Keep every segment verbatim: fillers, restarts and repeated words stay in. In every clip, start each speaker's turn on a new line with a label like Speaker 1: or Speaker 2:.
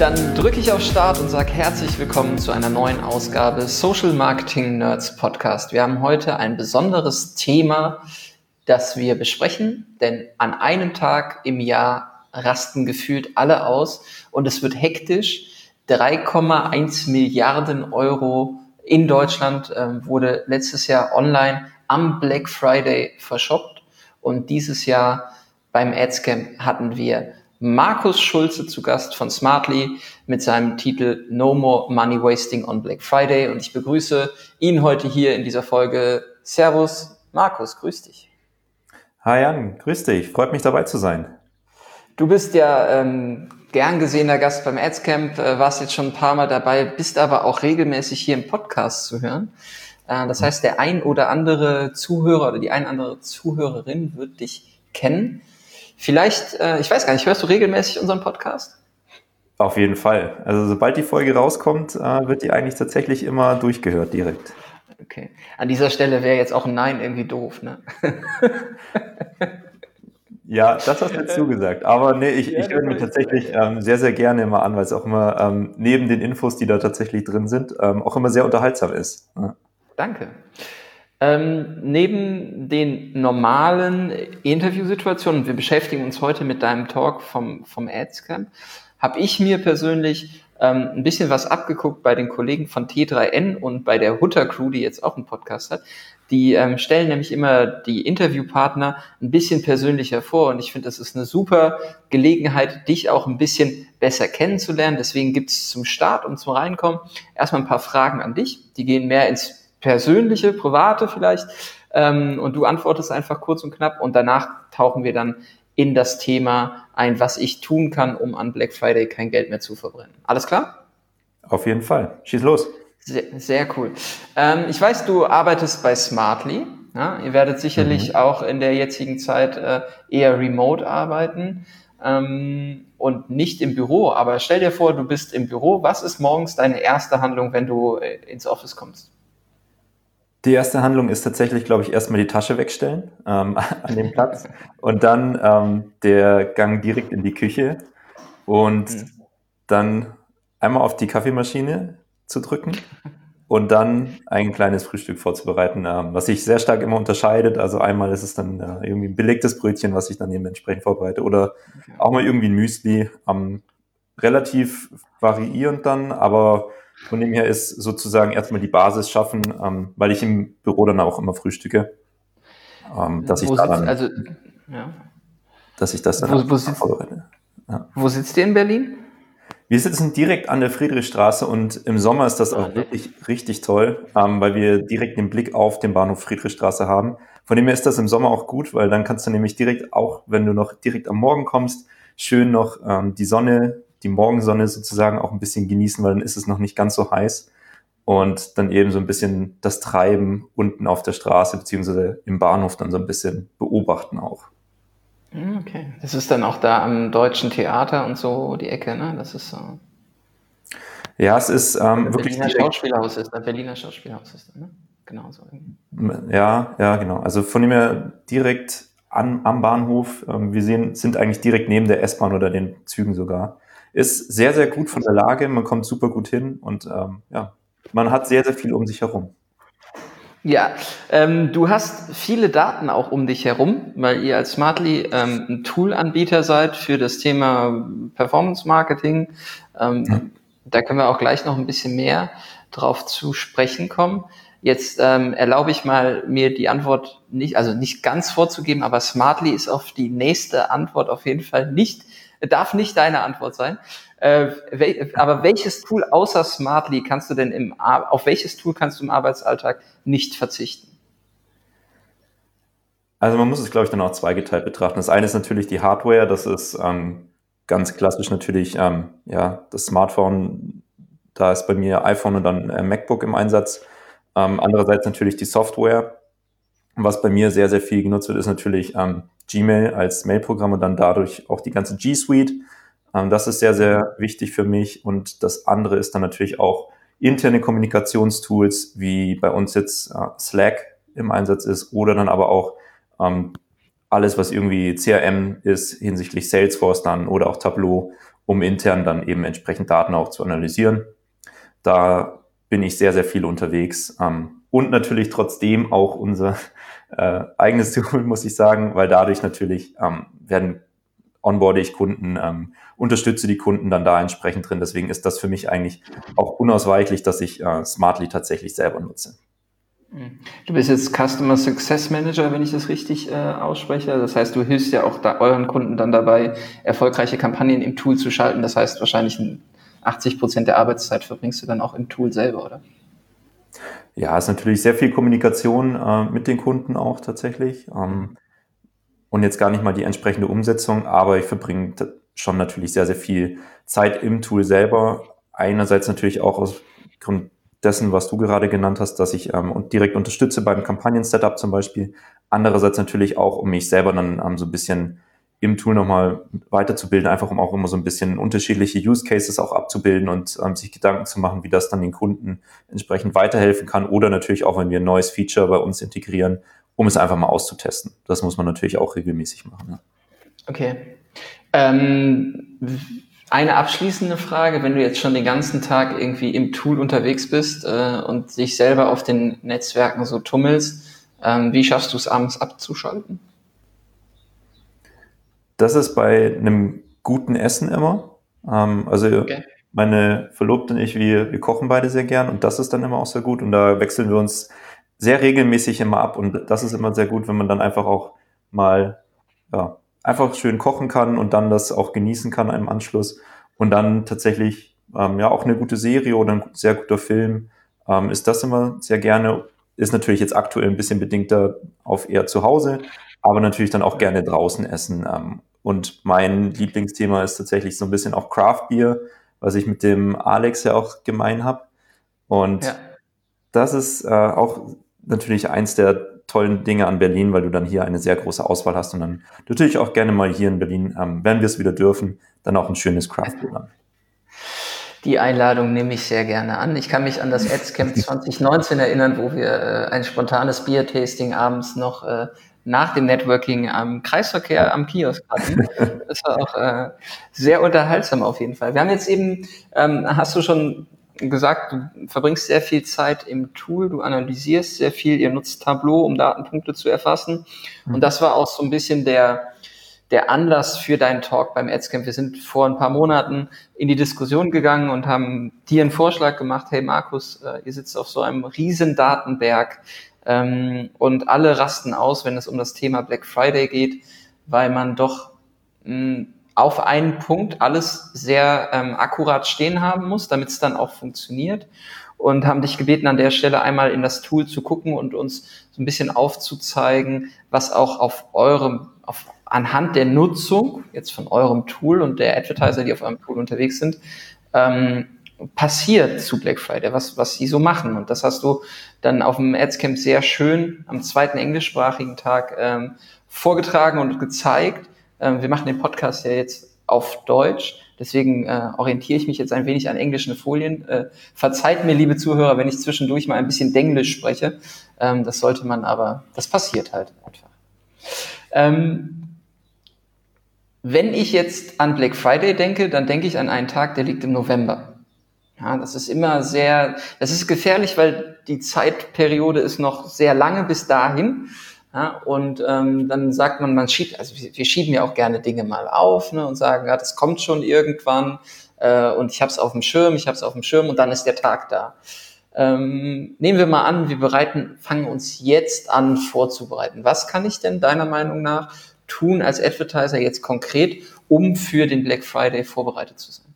Speaker 1: Dann drücke ich auf Start und sage herzlich willkommen zu einer neuen Ausgabe Social Marketing Nerds Podcast. Wir haben heute ein besonderes Thema, das wir besprechen, denn an einem Tag im Jahr rasten gefühlt alle aus und es wird hektisch. drei Komma eins Milliarden Euro in Deutschland äh, wurde letztes Jahr online am Black Friday verschoppt und dieses Jahr beim Adscamp hatten wir Markus Schulze zu Gast von Smartly mit seinem Titel No More Money Wasting on Black Friday und ich begrüße ihn heute hier in dieser Folge. Servus, Markus, grüß dich.
Speaker 2: Hi Jan, grüß dich, freut mich dabei zu sein.
Speaker 1: Du bist ja ähm, gern gesehener Gast beim Adscamp, äh, warst jetzt schon ein paar Mal dabei, bist aber auch regelmäßig hier im Podcast zu hören. Äh, das heißt, der ein oder andere Zuhörer oder die ein oder andere Zuhörerin wird dich kennen. Vielleicht, äh, ich weiß gar nicht, hörst du regelmäßig unseren Podcast?
Speaker 2: Auf jeden Fall. Also sobald die Folge rauskommt, äh, wird die eigentlich tatsächlich immer durchgehört direkt.
Speaker 1: Okay. An dieser Stelle wäre jetzt auch ein Nein irgendwie doof, ne?
Speaker 2: Ja, das hast du jetzt zugesagt. Aber nee, ich, ich höre mir tatsächlich ähm, sehr, sehr gerne immer an, weil es auch immer ähm, neben den Infos, die da tatsächlich drin sind, ähm, auch immer sehr unterhaltsam ist. Ja.
Speaker 1: Danke. Ähm, neben den normalen Interviewsituationen, wir beschäftigen uns heute mit deinem Talk vom, vom Adscamp, habe ich mir persönlich ähm, ein bisschen was abgeguckt bei den Kollegen von T drei N und bei der Hutter Crew, die jetzt auch einen Podcast hat. Die ähm, stellen nämlich immer die Interviewpartner ein bisschen persönlicher vor und ich finde, das ist eine super Gelegenheit, dich auch ein bisschen besser kennenzulernen. Deswegen gibt es zum Start und zum Reinkommen erstmal ein paar Fragen an dich. Die gehen mehr ins Persönliche, Private vielleicht, ähm, und du antwortest einfach kurz und knapp und danach tauchen wir dann in das Thema ein, was ich tun kann, um an Black Friday kein Geld mehr zu verbrennen. Alles klar?
Speaker 2: Auf jeden Fall. Schieß los.
Speaker 1: Sehr, sehr cool. Ähm, ich weiß, du arbeitest bei Smartly. Ja? Ihr werdet sicherlich mhm. auch in der jetzigen Zeit äh, eher remote arbeiten ähm, und nicht im Büro. Aber stell dir vor, du bist im Büro. Was ist morgens deine erste Handlung, wenn du äh, ins Office kommst?
Speaker 2: Die erste Handlung ist tatsächlich, glaube ich, erstmal die Tasche wegstellen ähm, an dem Platz und dann ähm, der Gang direkt in die Küche und mhm. dann einmal auf die Kaffeemaschine zu drücken und dann ein kleines Frühstück vorzubereiten, ähm, was sich sehr stark immer unterscheidet. Also einmal ist es dann äh, irgendwie ein belegtes Brötchen, was ich dann eben entsprechend vorbereite oder okay. auch mal irgendwie ein Müsli, ähm, relativ variierend dann, aber von dem her ist sozusagen erstmal die Basis schaffen, ähm, weil ich im Büro dann auch immer frühstücke, ähm, dass ich
Speaker 1: wo
Speaker 2: da
Speaker 1: sitzt,
Speaker 2: dann,
Speaker 1: also, ja.
Speaker 2: dass ich das dann
Speaker 1: wo, wo, sitzt,
Speaker 2: vorbereite. Ja.
Speaker 1: Wo sitzt ihr in Berlin?
Speaker 2: Wir sitzen direkt an der Friedrichstraße und im Sommer ist das auch wirklich richtig toll, ähm, weil wir direkt den Blick auf den Bahnhof Friedrichstraße haben. Von dem her ist das im Sommer auch gut, weil dann kannst du nämlich direkt, auch wenn du noch direkt am Morgen kommst, schön noch ähm, die Sonne, die Morgensonne sozusagen auch ein bisschen genießen, weil dann ist es noch nicht ganz so heiß und dann eben so ein bisschen das Treiben unten auf der Straße beziehungsweise im Bahnhof dann so ein bisschen beobachten auch.
Speaker 1: Okay, das ist dann auch da am Deutschen Theater und so die Ecke, ne? Das ist so.
Speaker 2: Ja, es ist ähm, wirklich.
Speaker 1: Berliner Schauspielhaus ist, das Berliner Schauspielhaus ist, ne? Genau so.
Speaker 2: Ja, ja, genau. Also von dem her direkt an, am Bahnhof. Ähm, wir sehen, sind eigentlich direkt neben der S-Bahn oder den Zügen sogar. Ist sehr, sehr gut von der Lage. Man kommt super gut hin und ähm, ja, man hat sehr, sehr viel um sich herum.
Speaker 1: Ja, ähm, du hast viele Daten auch um dich herum, weil ihr als Smartly ähm, ein Tool-Anbieter seid für das Thema Performance-Marketing. Ähm, ja. Da können wir auch gleich noch ein bisschen mehr drauf zu sprechen kommen. Jetzt ähm, erlaube ich mal, mir die Antwort nicht, also nicht ganz vorzugeben, aber Smartly ist auf die nächste Antwort auf jeden Fall nicht, darf nicht deine Antwort sein. Äh, wel, aber welches Tool außer Smartly kannst du denn im, auf welches Tool kannst du im Arbeitsalltag nicht verzichten?
Speaker 2: Also man muss es, glaube ich, dann auch zweigeteilt betrachten. Das eine ist natürlich die Hardware, das ist ähm, ganz klassisch natürlich ähm, ja das Smartphone, da ist bei mir iPhone und dann äh, MacBook im Einsatz. Ähm, andererseits natürlich die Software. Was bei mir sehr, sehr viel genutzt wird, ist natürlich ähm, Gmail als Mailprogramm und dann dadurch auch die ganze G Suite. Ähm, das ist sehr, sehr wichtig für mich. Und das andere ist dann natürlich auch interne Kommunikationstools, wie bei uns jetzt äh, Slack im Einsatz ist oder dann aber auch ähm, alles, was irgendwie C R M ist, hinsichtlich Salesforce dann oder auch Tableau um intern dann eben entsprechend Daten auch zu analysieren. Da bin ich sehr, sehr viel unterwegs. Ähm, und natürlich trotzdem auch unser äh, eigenes Tool, muss ich sagen, weil dadurch natürlich ähm, werden onboarde ich Kunden, ähm, unterstütze die Kunden dann da entsprechend drin. Deswegen ist das für mich eigentlich auch unausweichlich, dass ich äh, Smartly tatsächlich selber nutze.
Speaker 1: Du bist jetzt Customer Success Manager, wenn ich das richtig äh, ausspreche. Das heißt, du hilfst ja auch da euren Kunden dann dabei, erfolgreiche Kampagnen im Tool zu schalten. Das heißt, wahrscheinlich achtzig Prozent der Arbeitszeit verbringst du dann auch im Tool selber, oder?
Speaker 2: Ja, es ist natürlich sehr viel Kommunikation äh, mit den Kunden auch tatsächlich. Ähm, und jetzt gar nicht mal die entsprechende Umsetzung, aber ich verbringe t- schon natürlich sehr, sehr viel Zeit im Tool selber. Einerseits natürlich auch aus Grund dessen, was du gerade genannt hast, dass ich ähm, und direkt unterstütze beim Kampagnen-Setup zum Beispiel. Andererseits natürlich auch, um mich selber dann ähm, so ein bisschen im Tool nochmal weiterzubilden, einfach um auch immer so ein bisschen unterschiedliche Use Cases auch abzubilden und ähm, sich Gedanken zu machen, wie das dann den Kunden entsprechend weiterhelfen kann oder natürlich auch, wenn wir ein neues Feature bei uns integrieren, um es einfach mal auszutesten. Das muss man natürlich auch regelmäßig machen. Ja.
Speaker 1: Okay. Ähm, eine abschließende Frage, wenn du jetzt schon den ganzen Tag irgendwie im Tool unterwegs bist äh, und dich selber auf den Netzwerken so tummelst, ähm, wie schaffst du es abends abzuschalten?
Speaker 2: Das ist bei einem guten Essen immer. Ähm, also okay. Meine Verlobte und ich, wir, wir kochen beide sehr gern und das ist dann immer auch sehr gut und da wechseln wir uns sehr regelmäßig immer ab und das ist immer sehr gut, wenn man dann einfach auch mal ja, einfach schön kochen kann und dann das auch genießen kann im Anschluss und dann tatsächlich ähm, ja auch eine gute Serie oder ein sehr guter Film ähm, ist das immer sehr gerne. Ist natürlich jetzt aktuell ein bisschen bedingter auf eher zu Hause, aber natürlich dann auch gerne draußen essen. Ähm, und mein Lieblingsthema ist tatsächlich so ein bisschen auch Craft Beer, was ich mit dem Alex ja auch gemein habe. Und ja. Das ist äh, auch natürlich eins der tollen Dinge an Berlin, weil du dann hier eine sehr große Auswahl hast und dann natürlich auch gerne mal hier in Berlin, ähm, wenn wir es wieder dürfen, dann auch ein schönes Craft Beer dann.
Speaker 1: Die Einladung nehme ich sehr gerne an. Ich kann mich an das Adscamp zwanzig neunzehn erinnern, wo wir äh, ein spontanes Bier-Tasting abends noch äh, nach dem Networking am Kreisverkehr am Kiosk hatten. Das war auch äh, sehr unterhaltsam auf jeden Fall. Wir haben jetzt eben, ähm, hast du schon gesagt, du verbringst sehr viel Zeit im Tool, du analysierst sehr viel, ihr nutzt Tableau, um Datenpunkte zu erfassen. Und das war auch so ein bisschen der der Anlass für deinen Talk beim Adscamp. Wir sind vor ein paar Monaten in die Diskussion gegangen und haben dir einen Vorschlag gemacht, hey Markus, äh, ihr sitzt auf so einem riesen Datenberg ähm, und alle rasten aus, wenn es um das Thema Black Friday geht, weil man doch mh, auf einen Punkt alles sehr ähm, akkurat stehen haben muss, damit es dann auch funktioniert. Und haben dich gebeten, an der Stelle einmal in das Tool zu gucken und uns so ein bisschen aufzuzeigen, was auch auf eurem, auf, anhand der Nutzung jetzt von eurem Tool und der Advertiser, die auf eurem Tool unterwegs sind, ähm, passiert zu Black Friday, was, was sie so machen. Und das hast du dann auf dem Adscamp sehr schön am zweiten englischsprachigen Tag ähm, vorgetragen und gezeigt. Ähm, wir machen den Podcast ja jetzt auf Deutsch. Deswegen äh, orientiere ich mich jetzt ein wenig an englischen Folien. Äh, verzeiht mir, liebe Zuhörer, wenn ich zwischendurch mal ein bisschen Denglisch spreche. Ähm, das sollte man aber, das passiert halt einfach. Ähm, wenn ich jetzt an Black Friday denke, dann denke ich an einen Tag, der liegt im November. Ja, das ist immer sehr, das ist gefährlich, weil die Zeitperiode ist noch sehr lange bis dahin. Ja, und ähm, dann sagt man, man schiebt, also wir, wir schieben ja auch gerne Dinge mal auf, ne, und sagen, ja, das kommt schon irgendwann äh, und ich habe es auf dem Schirm, ich habe es auf dem Schirm und dann ist der Tag da. Ähm, nehmen wir mal an, wir bereiten, fangen uns jetzt an vorzubereiten. Was kann ich denn deiner Meinung nach tun als Advertiser jetzt konkret, um für den Black Friday vorbereitet zu sein?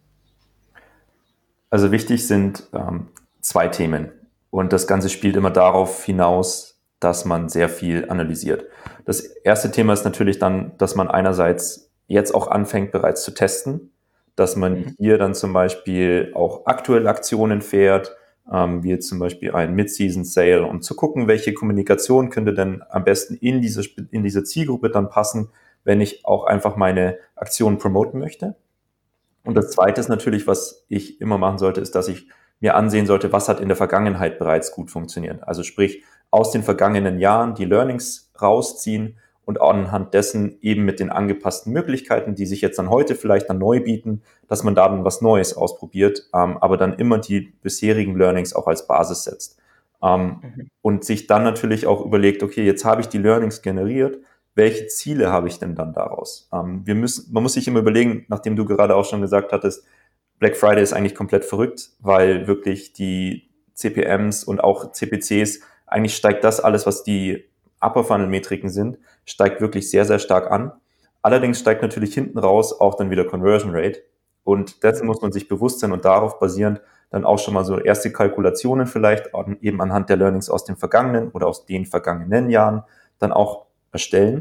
Speaker 2: Also wichtig sind ähm, zwei Themen und das Ganze spielt immer darauf hinaus, dass man sehr viel analysiert. Das erste Thema ist natürlich dann, dass man einerseits jetzt auch anfängt, bereits zu testen, dass man hier dann zum Beispiel auch aktuelle Aktionen fährt, ähm, wie zum Beispiel ein Mid-Season-Sale, um zu gucken, welche Kommunikation könnte denn am besten in diese, in diese Zielgruppe dann passen, wenn ich auch einfach meine Aktionen promoten möchte. Und das Zweite ist natürlich, was ich immer machen sollte, ist, dass ich mir ansehen sollte, was hat in der Vergangenheit bereits gut funktioniert. Also sprich, aus den vergangenen Jahren die Learnings rausziehen und anhand dessen eben mit den angepassten Möglichkeiten, die sich jetzt dann heute vielleicht dann neu bieten, dass man da dann was Neues ausprobiert, ähm, aber dann immer die bisherigen Learnings auch als Basis setzt. Ähm, mhm. Und sich dann natürlich auch überlegt, okay, jetzt habe ich die Learnings generiert, welche Ziele habe ich denn dann daraus? Ähm, wir müssen, man muss sich immer überlegen, nachdem du gerade auch schon gesagt hattest, Black Friday ist eigentlich komplett verrückt, weil wirklich die C P Ms und auch C P Cs, eigentlich steigt das alles, was die Upper-Funnel-Metriken sind, steigt wirklich sehr, sehr stark an. Allerdings steigt natürlich hinten raus auch dann wieder Conversion Rate. Und dessen muss man sich bewusst sein und darauf basierend dann auch schon mal so erste Kalkulationen vielleicht eben anhand der Learnings aus den vergangenen oder aus den vergangenen Jahren dann auch erstellen,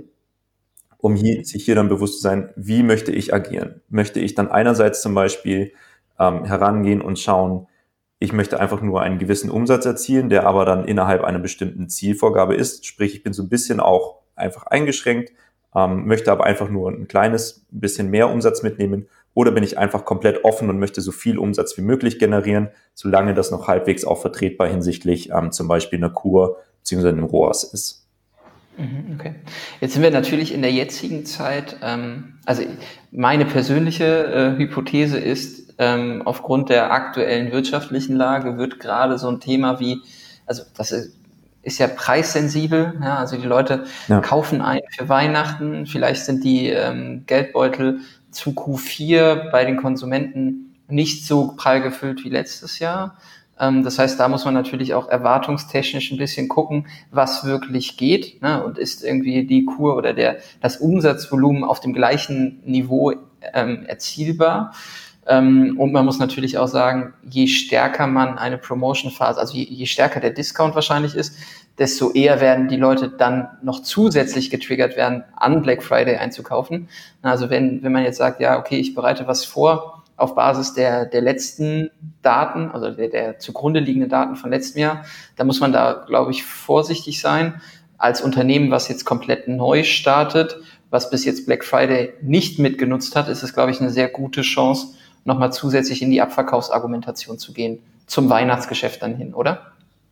Speaker 2: um hier, sich hier dann bewusst zu sein, wie möchte ich agieren? Möchte ich dann einerseits zum Beispiel ähm, herangehen und schauen, ich möchte einfach nur einen gewissen Umsatz erzielen, der aber dann innerhalb einer bestimmten Zielvorgabe ist. Sprich, ich bin so ein bisschen auch einfach eingeschränkt, ähm, möchte aber einfach nur ein kleines bisschen mehr Umsatz mitnehmen. Oder bin ich einfach komplett offen und möchte so viel Umsatz wie möglich generieren, solange das noch halbwegs auch vertretbar hinsichtlich ähm, zum Beispiel einer Kur bzw. einem R O A S ist.
Speaker 1: Okay. Jetzt sind wir natürlich in der jetzigen Zeit, ähm, also meine persönliche äh, Hypothese ist, ähm, aufgrund der aktuellen wirtschaftlichen Lage wird gerade so ein Thema wie, also das ist, ist ja preissensibel, ja, also die Leute ja. kaufen ein für Weihnachten, vielleicht sind die ähm, Geldbeutel zu Q vier bei den Konsumenten nicht so prall gefüllt wie letztes Jahr. Ähm, das heißt, da muss man natürlich auch erwartungstechnisch ein bisschen gucken, was wirklich geht, ne? Und ist irgendwie die Kur oder der das Umsatzvolumen auf dem gleichen Niveau ähm, erzielbar. Ähm, und man muss natürlich auch sagen, je stärker man eine Promotion-Phase, also je, je stärker der Discount wahrscheinlich ist, desto eher werden die Leute dann noch zusätzlich getriggert werden, an Black Friday einzukaufen. Also wenn, wenn man jetzt sagt, ja, okay, ich bereite was vor auf Basis der, der letzten Daten, also der, der zugrunde liegenden Daten von letztem Jahr, da muss man da, glaube ich, vorsichtig sein. Als Unternehmen, was jetzt komplett neu startet, was bis jetzt Black Friday nicht mitgenutzt hat, ist es, glaube ich, eine sehr gute Chance, nochmal zusätzlich in die Abverkaufsargumentation zu gehen, zum Weihnachtsgeschäft dann hin, oder?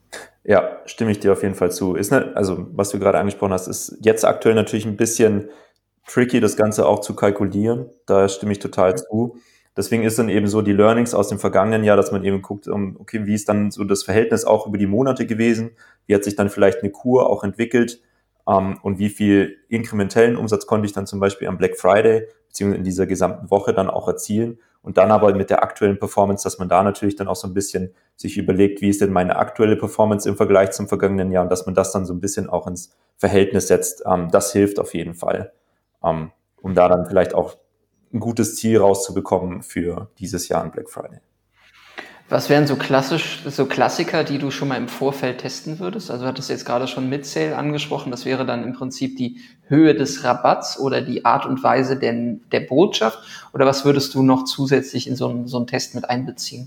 Speaker 2: Ja, stimme ich dir auf jeden Fall zu. Ist ne, also was du gerade angesprochen hast, ist jetzt aktuell natürlich ein bisschen tricky, das Ganze auch zu kalkulieren. Da stimme ich total mhm. zu. Deswegen ist dann eben so die Learnings aus dem vergangenen Jahr, dass man eben guckt, okay, wie ist dann so das Verhältnis auch über die Monate gewesen? Wie hat sich dann vielleicht eine Kur auch entwickelt? Um, und wie viel inkrementellen Umsatz konnte ich dann zum Beispiel am Black Friday beziehungsweise in dieser gesamten Woche dann auch erzielen? Und dann aber mit der aktuellen Performance, dass man da natürlich dann auch so ein bisschen sich überlegt, wie ist denn meine aktuelle Performance im Vergleich zum vergangenen Jahr und dass man das dann so ein bisschen auch ins Verhältnis setzt. Um, das hilft auf jeden Fall, um, um da dann vielleicht auch ein gutes Ziel rauszubekommen für dieses Jahr an Black Friday.
Speaker 1: Was wären so klassisch, so Klassiker, die du schon mal im Vorfeld testen würdest? Also du hattest jetzt gerade schon Mid-Sale angesprochen. Das wäre dann im Prinzip die Höhe des Rabatts oder die Art und Weise der, der Botschaft. Oder was würdest du noch zusätzlich in so einen, so einen Test mit einbeziehen?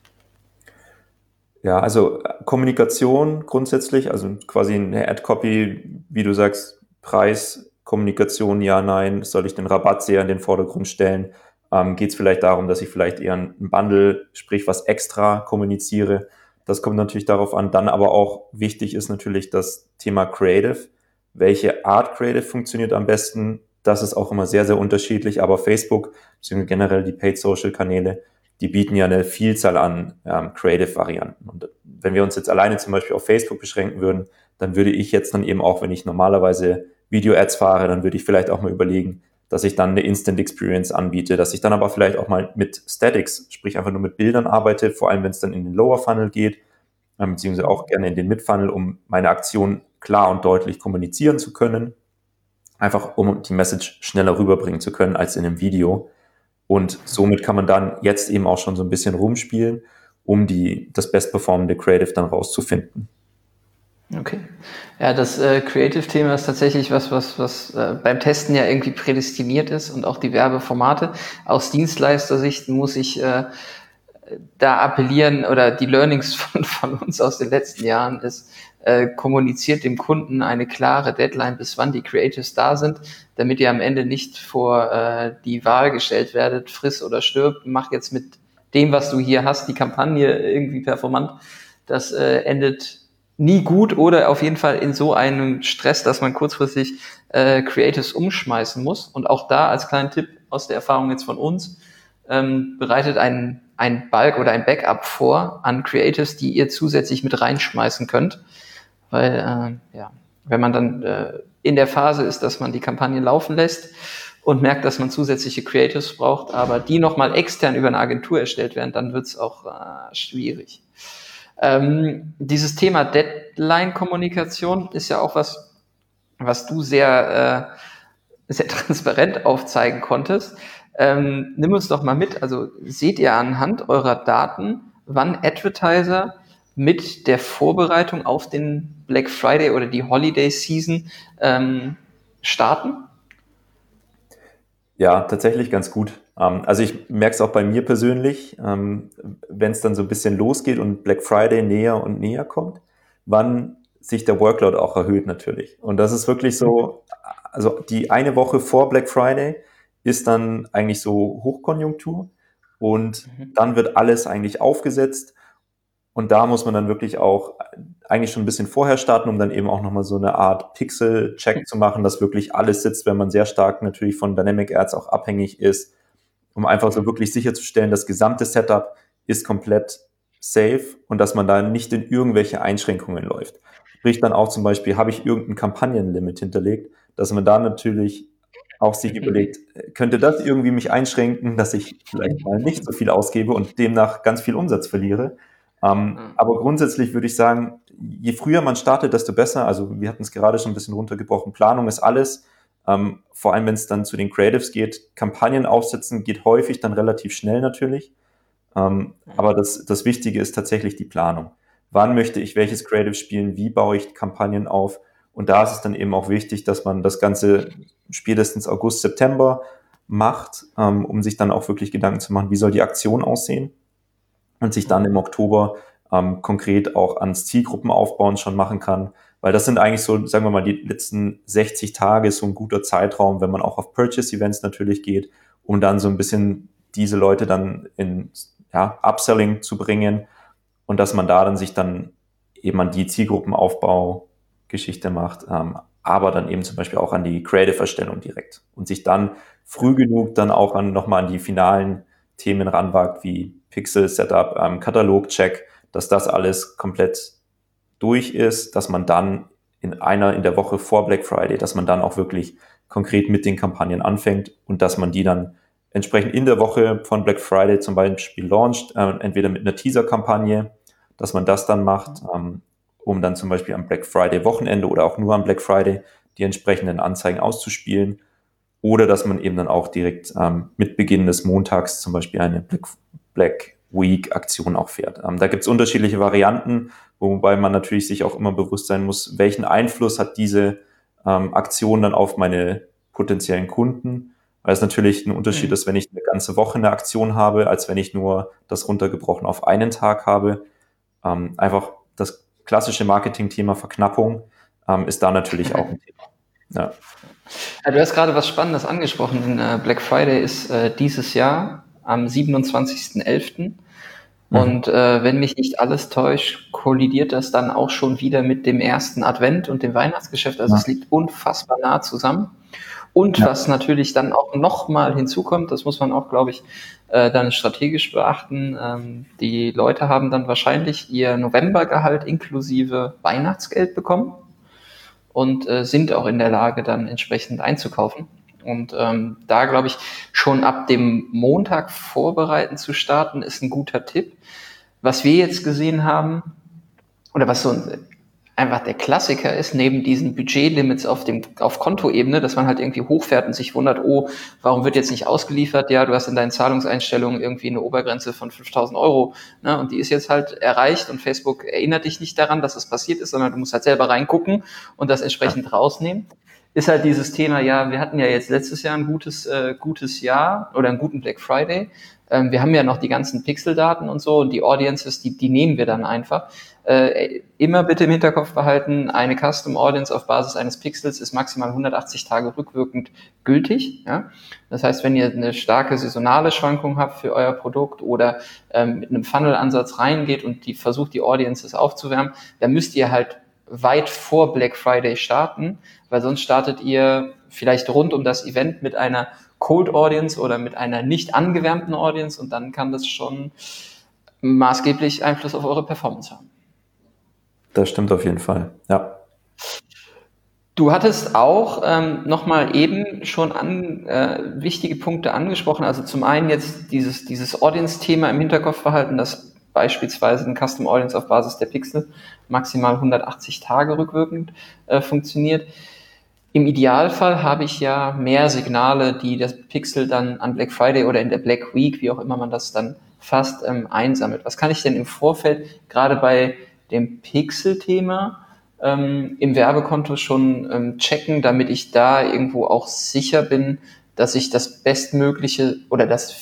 Speaker 2: Ja, also Kommunikation grundsätzlich, also quasi eine Ad-Copy, wie du sagst, Preis, Kommunikation, ja, nein, soll ich den Rabatt sehr in den Vordergrund stellen? Ähm, geht es vielleicht darum, dass ich vielleicht eher ein Bundle, sprich was extra kommuniziere? Das kommt natürlich darauf an. Dann aber auch wichtig ist natürlich das Thema Creative. Welche Art Creative funktioniert am besten? Das ist auch immer sehr, sehr unterschiedlich. Aber Facebook, beziehungsweise generell die Paid-Social-Kanäle, die bieten ja eine Vielzahl an ähm, Creative-Varianten. Und wenn wir uns jetzt alleine zum Beispiel auf Facebook beschränken würden, dann würde ich jetzt dann eben auch, wenn ich normalerweise Video-Ads fahre, dann würde ich vielleicht auch mal überlegen, dass ich dann eine Instant Experience anbiete, dass ich dann aber vielleicht auch mal mit Statics, sprich einfach nur mit Bildern arbeite, vor allem wenn es dann in den Lower Funnel geht, äh, beziehungsweise auch gerne in den Mid Funnel, um meine Aktion klar und deutlich kommunizieren zu können, einfach um die Message schneller rüberbringen zu können als in einem Video. Und somit kann man dann jetzt eben auch schon so ein bisschen rumspielen, um die, das bestperformende Creative dann rauszufinden.
Speaker 1: Okay. Ja, das äh, Creative-Thema ist tatsächlich was, was, was äh, beim Testen ja irgendwie prädestiniert ist und auch die Werbeformate. Aus Dienstleistersicht muss ich äh, da appellieren oder die Learnings von, von uns aus den letzten Jahren ist, äh, kommuniziert dem Kunden eine klare Deadline, bis wann die Creatives da sind, damit ihr am Ende nicht vor äh, die Wahl gestellt werdet, friss oder stirb, mach jetzt mit dem, was du hier hast, die Kampagne irgendwie performant. Das äh, endet nie gut oder auf jeden Fall in so einem Stress, dass man kurzfristig äh, Creatives umschmeißen muss. Und auch da als kleinen Tipp aus der Erfahrung jetzt von uns, ähm, bereitet ein, ein Bulk oder ein Backup vor an Creatives, die ihr zusätzlich mit reinschmeißen könnt. Weil, äh, ja, wenn man dann äh, in der Phase ist, dass man die Kampagne laufen lässt und merkt, dass man zusätzliche Creatives braucht, aber die nochmal extern über eine Agentur erstellt werden, dann wird's auch äh, schwierig. Ähm, dieses Thema Deadline-Kommunikation ist ja auch was, was du sehr, äh, sehr transparent aufzeigen konntest. Ähm, nimm uns doch mal mit, also seht ihr anhand eurer Daten, wann Advertiser mit der Vorbereitung auf den Black Friday oder die Holiday Season ähm, starten?
Speaker 2: Ja, tatsächlich ganz gut. Ähm, also ich merke es auch bei mir persönlich, ähm, wenn es dann so ein bisschen losgeht und Black Friday näher und näher kommt, wann sich der Workload auch erhöht natürlich. Und das ist wirklich so, also die eine Woche vor Black Friday ist dann eigentlich so Hochkonjunktur und
Speaker 1: Mhm.
Speaker 2: dann wird alles eigentlich aufgesetzt. Und da muss man dann wirklich auch eigentlich schon ein bisschen vorher starten, um dann eben auch nochmal so eine Art Pixel-Check zu machen, dass wirklich alles sitzt, wenn man sehr stark natürlich von Dynamic Ads auch abhängig ist, um einfach so wirklich sicherzustellen, das gesamte Setup ist komplett safe und dass man da nicht in irgendwelche Einschränkungen läuft. Sprich dann auch zum Beispiel, habe ich irgendein Kampagnenlimit hinterlegt, dass man da natürlich auch sich überlegt, könnte das irgendwie mich einschränken, dass ich vielleicht mal nicht so viel ausgebe und demnach ganz viel Umsatz verliere. Ähm, aber grundsätzlich würde ich sagen, je früher man startet, desto besser. Also wir hatten es gerade schon ein bisschen runtergebrochen. Planung ist alles. Ähm, vor allem, wenn es dann zu den Creatives geht. Kampagnen aufsetzen geht häufig dann relativ schnell natürlich. Ähm, aber das, das Wichtige ist tatsächlich die Planung. Wann möchte ich welches Creative spielen? Wie baue ich Kampagnen auf? Und da ist es dann eben auch wichtig, dass man das Ganze spätestens August, September macht, ähm, um sich dann auch wirklich Gedanken zu machen, wie soll die Aktion aussehen? Und sich dann im Oktober ähm, konkret auch ans Zielgruppenaufbauen schon machen kann. Weil das sind eigentlich so, sagen wir mal, die letzten sechzig Tage so ein guter Zeitraum, wenn man auch auf Purchase-Events natürlich geht, um dann so ein bisschen diese Leute dann in ja, Upselling zu bringen und dass man da dann sich dann eben an die Zielgruppenaufbau-Geschichte macht, ähm, aber dann eben zum Beispiel auch an die Creative-Erstellung direkt und sich dann früh genug dann auch an nochmal an die finalen Themen ranwagt, wie Pixel-Setup, ähm, Katalog-Check, dass das alles komplett durch ist, dass man dann in einer, in der Woche vor Black Friday, dass man dann auch wirklich konkret mit den Kampagnen anfängt und dass man die dann entsprechend in der Woche von Black Friday zum Beispiel launcht, äh, entweder mit einer Teaser-Kampagne, dass man das dann macht, ähm, um dann zum Beispiel am Black Friday Wochenende oder auch nur am Black Friday die entsprechenden Anzeigen auszuspielen. Oder dass man eben dann auch direkt ähm, mit Beginn des Montags zum Beispiel eine Black, Black Week Aktion auch fährt. Ähm, da gibt es unterschiedliche Varianten, wobei man natürlich sich auch immer bewusst sein muss, welchen Einfluss hat diese ähm, Aktion dann auf meine potenziellen Kunden. Weil es natürlich ein Unterschied ist, wenn ich eine ganze Woche eine Aktion habe, als wenn ich nur das runtergebrochen auf einen Tag habe. Ähm, einfach das klassische Marketing-Thema Verknappung ähm, ist da natürlich auch ein Thema. Ja.
Speaker 1: Ja, du hast gerade was Spannendes angesprochen. Denn, äh, Black Friday ist äh, dieses Jahr am siebenundzwanzigsten elften
Speaker 2: Mhm.
Speaker 1: Und äh, wenn mich nicht alles täuscht, kollidiert das dann auch schon wieder mit dem ersten Advent und dem Weihnachtsgeschäft. Also
Speaker 2: Ja.
Speaker 1: es liegt unfassbar nah zusammen. Und
Speaker 2: Ja.
Speaker 1: was natürlich dann auch nochmal hinzukommt, das muss man auch, glaube ich, äh, dann strategisch beachten. Ähm, die Leute haben dann wahrscheinlich ihr Novembergehalt inklusive Weihnachtsgeld bekommen und äh, sind auch in der Lage, dann entsprechend einzukaufen. Und ähm, da glaube ich, schon ab dem Montag vorbereiten zu starten, ist ein guter Tipp. Was wir jetzt gesehen haben, oder was so ein, einfach der Klassiker ist, neben diesen Budgetlimits auf dem auf Kontoebene, dass man halt irgendwie hochfährt und sich wundert, oh, warum wird jetzt nicht ausgeliefert? Ja, du hast in deinen Zahlungseinstellungen irgendwie eine Obergrenze von fünftausend Euro, ne, und die ist jetzt halt erreicht und Facebook erinnert dich nicht daran, dass das passiert ist, sondern du musst halt selber reingucken und das entsprechend rausnehmen. ist halt dieses Thema, ja, wir hatten ja jetzt letztes Jahr ein gutes, äh, gutes Jahr oder einen guten Black Friday. Ähm, wir haben ja noch die ganzen Pixel-Daten und so und die Audiences, die, die nehmen wir dann einfach. Äh, immer bitte im Hinterkopf behalten, eine Custom Audience auf Basis eines Pixels ist maximal hundertachtzig Tage rückwirkend gültig. Ja? Das heißt, wenn ihr eine starke saisonale Schwankung habt für euer Produkt oder ähm, mit einem Funnel-Ansatz reingeht und die versucht, die Audiences aufzuwärmen, dann müsst ihr halt weit vor Black Friday starten, weil sonst startet ihr vielleicht rund um das Event mit einer Cold Audience oder mit einer nicht angewärmten Audience und dann kann das schon maßgeblich Einfluss auf eure Performance haben.
Speaker 2: Das stimmt auf jeden Fall, ja.
Speaker 1: Du hattest auch ähm, nochmal eben schon an, äh, wichtige Punkte angesprochen, also zum einen jetzt dieses, dieses Audience-Thema im Hinterkopf behalten, dass beispielsweise ein Custom Audience auf Basis der Pixel maximal hundertachtzig Tage rückwirkend äh, funktioniert. Im Idealfall habe ich ja mehr Signale, die das Pixel dann an Black Friday oder in der Black Week, wie auch immer man das dann fasst, ähm, einsammelt. Was kann ich denn im Vorfeld gerade bei dem Pixel-Thema ähm, im Werbekonto schon ähm, checken, damit ich da irgendwo auch sicher bin, dass ich das bestmögliche oder das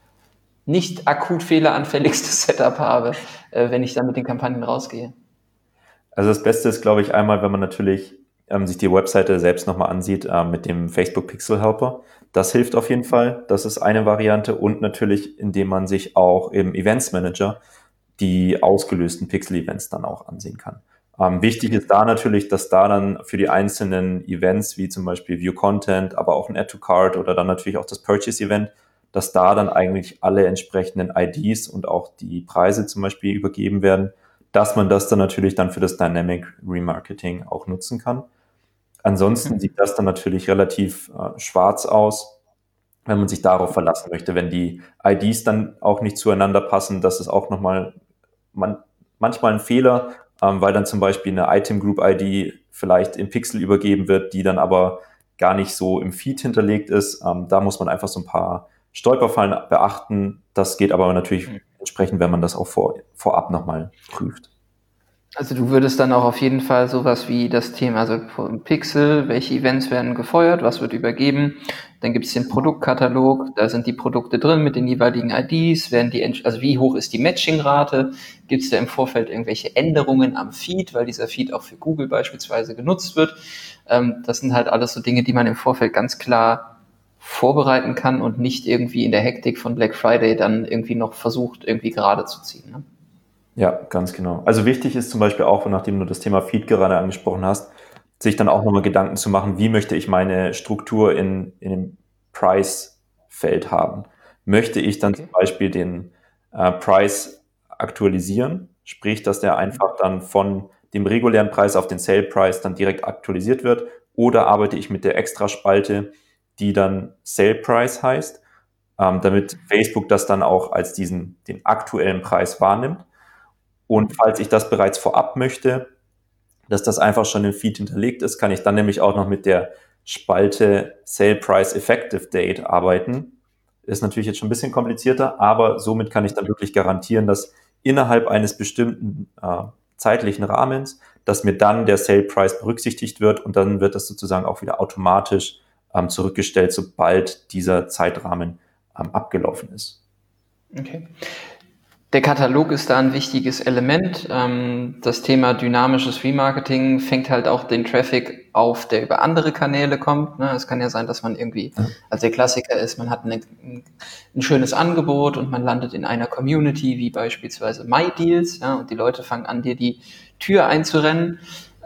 Speaker 1: nicht akut fehleranfälligste Setup habe, äh, wenn ich dann mit den Kampagnen rausgehe?
Speaker 2: Also das Beste ist, glaube ich, einmal, wenn man natürlich ähm, sich die Webseite selbst nochmal ansieht äh, mit dem Facebook Pixel Helper. Das hilft auf jeden Fall. Das ist eine Variante und natürlich, indem man sich auch im Events Manager die ausgelösten Pixel-Events dann auch ansehen kann. Ähm, wichtig ist da natürlich, dass da dann für die einzelnen Events, wie zum Beispiel View Content, aber auch ein Add to Cart oder dann natürlich auch das Purchase-Event, dass da dann eigentlich alle entsprechenden I Ds und auch die Preise zum Beispiel übergeben werden, dass man das dann natürlich dann für das Dynamic Remarketing auch nutzen kann. Ansonsten mhm. sieht das dann natürlich relativ äh, schwarz aus, wenn man sich darauf verlassen möchte. Wenn die I Ds dann auch nicht zueinander passen, das ist auch nochmal man, manchmal ein Fehler, ähm, weil dann zum Beispiel eine Item Group I D vielleicht im Pixel übergeben wird, die dann aber gar nicht so im Feed hinterlegt ist. Ähm, da muss man einfach so ein paar Stolperfallen beachten. Das geht aber natürlich mhm. entsprechend, wenn man das auch vor, vorab nochmal prüft.
Speaker 1: Also du würdest dann auch auf jeden Fall sowas wie das Thema, also Pixel, welche Events werden gefeuert, was wird übergeben, dann gibt es den Produktkatalog, da sind die Produkte drin mit den jeweiligen I Ds, werden die, also wie hoch ist die Matching-Rate, gibt es da im Vorfeld irgendwelche Änderungen am Feed, weil dieser Feed auch für Google beispielsweise genutzt wird. Ähm, das sind halt alles so Dinge, die man im Vorfeld ganz klar vorbereiten kann und nicht irgendwie in der Hektik von Black Friday dann irgendwie noch versucht, irgendwie gerade zu ziehen, ne?
Speaker 2: Ja, ganz genau. Also wichtig ist zum Beispiel auch, nachdem du das Thema Feed gerade angesprochen hast, sich dann auch nochmal Gedanken zu machen, wie möchte ich meine Struktur in, in dem Price-Feld haben? Möchte ich dann okay. zum Beispiel den äh, Price aktualisieren, sprich, dass der einfach dann von dem regulären Preis auf den Sale-Price dann direkt aktualisiert wird, oder arbeite ich mit der Extraspalte, die dann Sale-Price heißt, ähm, damit Facebook das dann auch als diesen den aktuellen Preis wahrnimmt. Und falls ich das bereits vorab möchte, dass das einfach schon im Feed hinterlegt ist, kann ich dann nämlich auch noch mit der Spalte Sale Price Effective Date arbeiten. Ist natürlich jetzt schon ein bisschen komplizierter, aber somit kann ich dann wirklich garantieren, dass innerhalb eines bestimmten äh, zeitlichen Rahmens, dass mir dann der Sale Price berücksichtigt wird und dann wird das sozusagen auch wieder automatisch ähm, zurückgestellt, sobald dieser Zeitrahmen ähm, abgelaufen ist.
Speaker 1: Okay. Der Katalog ist da ein wichtiges Element. Das Thema dynamisches Remarketing fängt halt auch den Traffic auf, der über andere Kanäle kommt. Es kann ja sein, dass man irgendwie, also der Klassiker ist, man hat ein, ein schönes Angebot und man landet in einer Community, wie beispielsweise MyDeals, ja, und die Leute fangen an, dir die Tür einzurennen.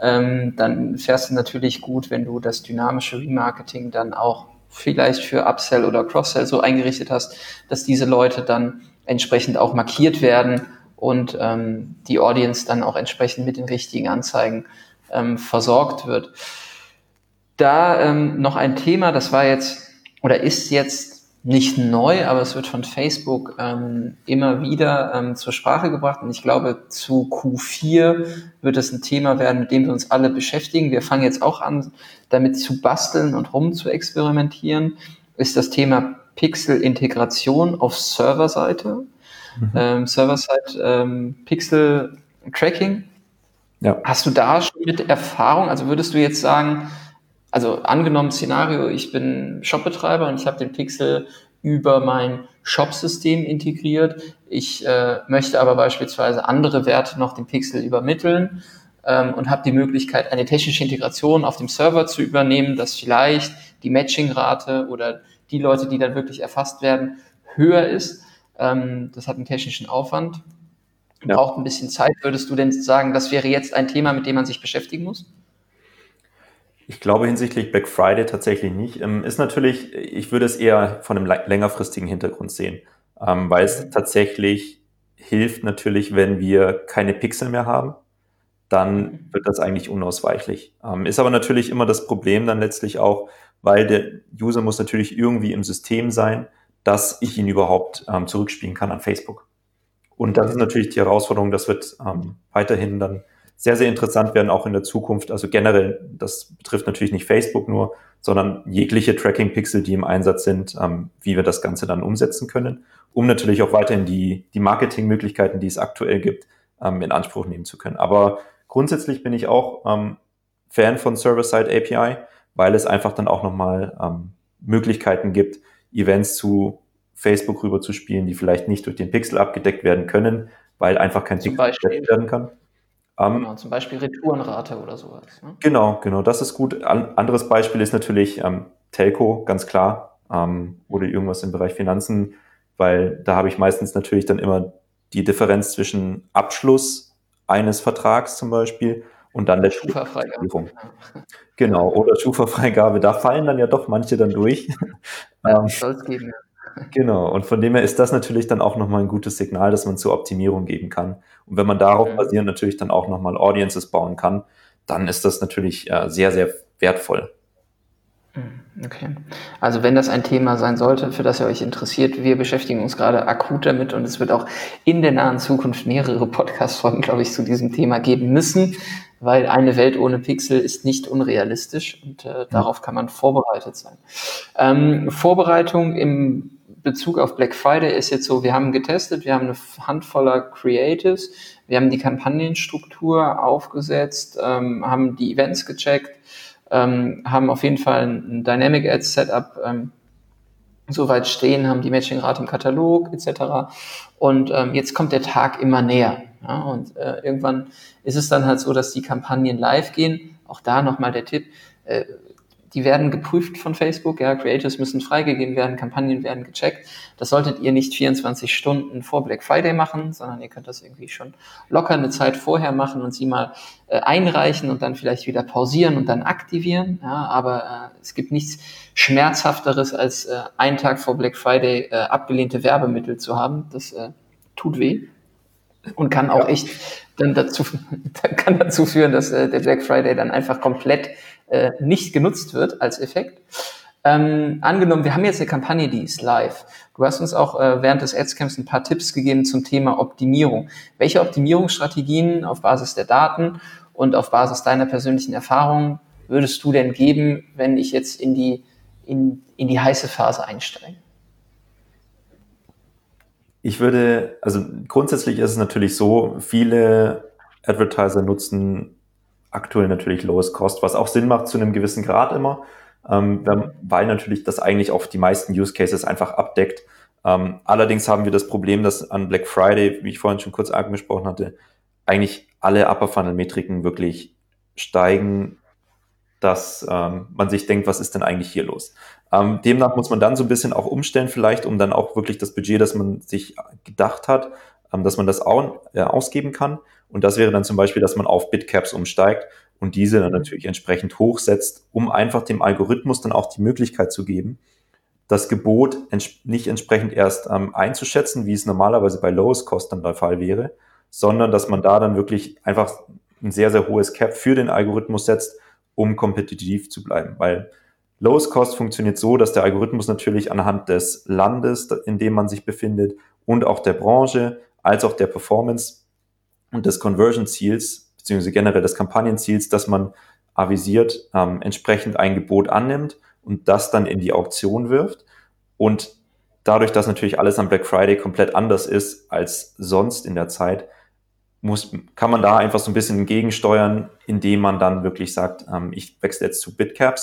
Speaker 1: Dann fährst du natürlich gut, wenn du das dynamische Remarketing dann auch vielleicht für Upsell oder Cross-Sell so eingerichtet hast, dass diese Leute dann entsprechend auch markiert werden und ähm, die Audience dann auch entsprechend mit den richtigen Anzeigen ähm, versorgt wird. Da ähm, noch ein Thema, das war jetzt oder ist jetzt nicht neu, aber es wird von Facebook ähm, immer wieder ähm, zur Sprache gebracht und ich glaube, zu Q vier wird es ein Thema werden, mit dem wir uns alle beschäftigen. Wir fangen jetzt auch an, damit zu basteln und rum zu experimentieren, ist das Thema Pixel-Integration auf Serverseite, mhm. ähm, Server-Side ähm, Pixel-Tracking. Ja. Hast du da schon mit Erfahrung, also würdest du jetzt sagen, also angenommen Szenario, ich bin Shopbetreiber und ich habe den Pixel über mein Shop-System integriert. Ich äh, möchte aber beispielsweise andere Werte noch dem Pixel übermitteln ähm, und habe die Möglichkeit, eine technische Integration auf dem Server zu übernehmen, dass vielleicht die Matching-Rate oder die Leute, die dann wirklich erfasst werden, höher ist. Ähm, das hat einen technischen Aufwand,
Speaker 2: Ja.
Speaker 1: braucht ein bisschen Zeit. Würdest du denn sagen, das wäre jetzt ein Thema, mit dem man sich beschäftigen muss?
Speaker 2: Ich glaube hinsichtlich Black Friday tatsächlich nicht. Ähm, ist natürlich, ich würde es eher von einem längerfristigen Hintergrund sehen, ähm, weil es tatsächlich hilft natürlich, wenn wir keine Pixel mehr haben, dann wird das eigentlich unausweichlich. Ähm, ist aber natürlich immer das Problem dann letztlich auch, weil der User muss natürlich irgendwie im System sein, dass ich ihn überhaupt ähm, zurückspielen kann an Facebook. Und das ist natürlich die Herausforderung, das wird ähm, weiterhin dann sehr, sehr interessant werden, auch in der Zukunft. Also generell, das betrifft natürlich nicht Facebook nur, sondern jegliche Tracking-Pixel, die im Einsatz sind, ähm, wie wir das Ganze dann umsetzen können, um natürlich auch weiterhin die, die Marketingmöglichkeiten, die es aktuell gibt, ähm, in Anspruch nehmen zu können. Aber grundsätzlich bin ich auch ähm, Fan von Server-Side A P I, weil es einfach dann auch nochmal ähm, Möglichkeiten gibt, Events zu Facebook rüber zu spielen, die vielleicht nicht durch den Pixel abgedeckt werden können, weil einfach kein
Speaker 1: Zum
Speaker 2: Pixel
Speaker 1: Beispiel,
Speaker 2: abgedeckt werden kann. Ähm,
Speaker 1: genau, zum Beispiel Retourenrate oder sowas. Ne?
Speaker 2: Genau, genau, das ist gut. An, anderes Beispiel ist natürlich ähm, Telco, ganz klar, ähm, oder irgendwas im Bereich Finanzen, weil da habe ich meistens natürlich dann immer die Differenz zwischen Abschluss eines Vertrags zum Beispiel und dann der
Speaker 1: Schufa-Freigabe.
Speaker 2: Genau, oder Schufa-Freigabe, da fallen dann ja doch manche dann durch.
Speaker 1: Ja,
Speaker 2: ähm,
Speaker 1: soll es geben, ja.
Speaker 2: Genau, und von dem her ist das natürlich dann auch nochmal ein gutes Signal, das man zur Optimierung geben kann. Und wenn man darauf
Speaker 1: Mhm.
Speaker 2: basierend natürlich dann auch nochmal Audiences bauen kann, dann ist das natürlich äh, sehr, sehr wertvoll.
Speaker 1: Okay. Also wenn das ein Thema sein sollte, für das ihr euch interessiert, wir beschäftigen uns gerade akut damit und es wird auch in der nahen Zukunft mehrere Podcast-Folgen, glaube ich, zu diesem Thema geben müssen, weil eine Welt ohne Pixel ist nicht unrealistisch und äh, darauf kann man vorbereitet sein. Ähm, Vorbereitung im Bezug auf Black Friday ist jetzt so, wir haben getestet, wir haben eine Handvoller Creatives, wir haben die Kampagnenstruktur aufgesetzt, ähm, haben die Events gecheckt, ähm, haben auf jeden Fall ein Dynamic Ads Setup ähm, soweit stehen, haben die Matching-Rate im Katalog et cetera. Und ähm, jetzt kommt der Tag immer näher. Ja, und äh, irgendwann ist es dann halt so, dass die Kampagnen live gehen. Auch da nochmal der Tipp, äh, die werden geprüft von Facebook, ja, Creators müssen freigegeben werden, Kampagnen werden gecheckt. Das solltet ihr nicht vierundzwanzig Stunden vor Black Friday machen, sondern ihr könnt das irgendwie schon locker eine Zeit vorher machen und sie mal äh, einreichen und dann vielleicht wieder pausieren und dann aktivieren. Ja, aber äh, es gibt nichts Schmerzhafteres, als äh, einen Tag vor Black Friday äh, abgelehnte Werbemittel zu haben. Das äh, tut weh und kann auch echt dann dazu, kann dazu führen, dass äh, der Black Friday dann einfach komplett äh, nicht genutzt wird als Effekt. Ähm, angenommen, wir haben jetzt eine Kampagne, die ist live. Du hast uns auch äh, während des Adscamps ein paar Tipps gegeben zum Thema Optimierung. Welche Optimierungsstrategien auf Basis der Daten und auf Basis deiner persönlichen Erfahrungen würdest du denn geben, wenn ich jetzt in die, in, in die heiße Phase einsteige?
Speaker 2: Ich würde, also grundsätzlich ist es natürlich so, viele Advertiser nutzen aktuell natürlich Lowest Cost, was auch Sinn macht zu einem gewissen Grad immer, ähm, weil natürlich das eigentlich auch die meisten Use Cases einfach abdeckt. Ähm, allerdings haben wir das Problem, dass an Black Friday, wie ich vorhin schon kurz angesprochen hatte, eigentlich alle Upper Funnel Metriken wirklich steigen, dass ähm, man sich denkt, was ist denn eigentlich hier los? Ähm, demnach muss man dann so ein bisschen auch umstellen vielleicht, um dann auch wirklich das Budget, das man sich gedacht hat, ähm, dass man das auch, äh, ausgeben kann. Und das wäre dann zum Beispiel, dass man auf Bitcaps umsteigt und diese dann natürlich entsprechend hochsetzt, um einfach dem Algorithmus dann auch die Möglichkeit zu geben, das Gebot ents- nicht entsprechend erst ähm, einzuschätzen, wie es normalerweise bei Lowest Cost dann der Fall wäre, sondern dass man da dann wirklich einfach ein sehr, sehr hohes Cap für den Algorithmus setzt, um kompetitiv zu bleiben. Weil Lowest Cost funktioniert so, dass der Algorithmus natürlich anhand des Landes, in dem man sich befindet, und auch der Branche, als auch der Performance und des Conversion-Ziels, beziehungsweise generell des Kampagnenziels, dass man avisiert, ähm, entsprechend ein Gebot annimmt und das dann in die Auktion wirft. Und dadurch, dass natürlich alles am Black Friday komplett anders ist als sonst in der Zeit, muss, kann man da einfach so ein bisschen gegensteuern, indem man dann wirklich sagt, ähm, ich wechsle jetzt zu Bitcaps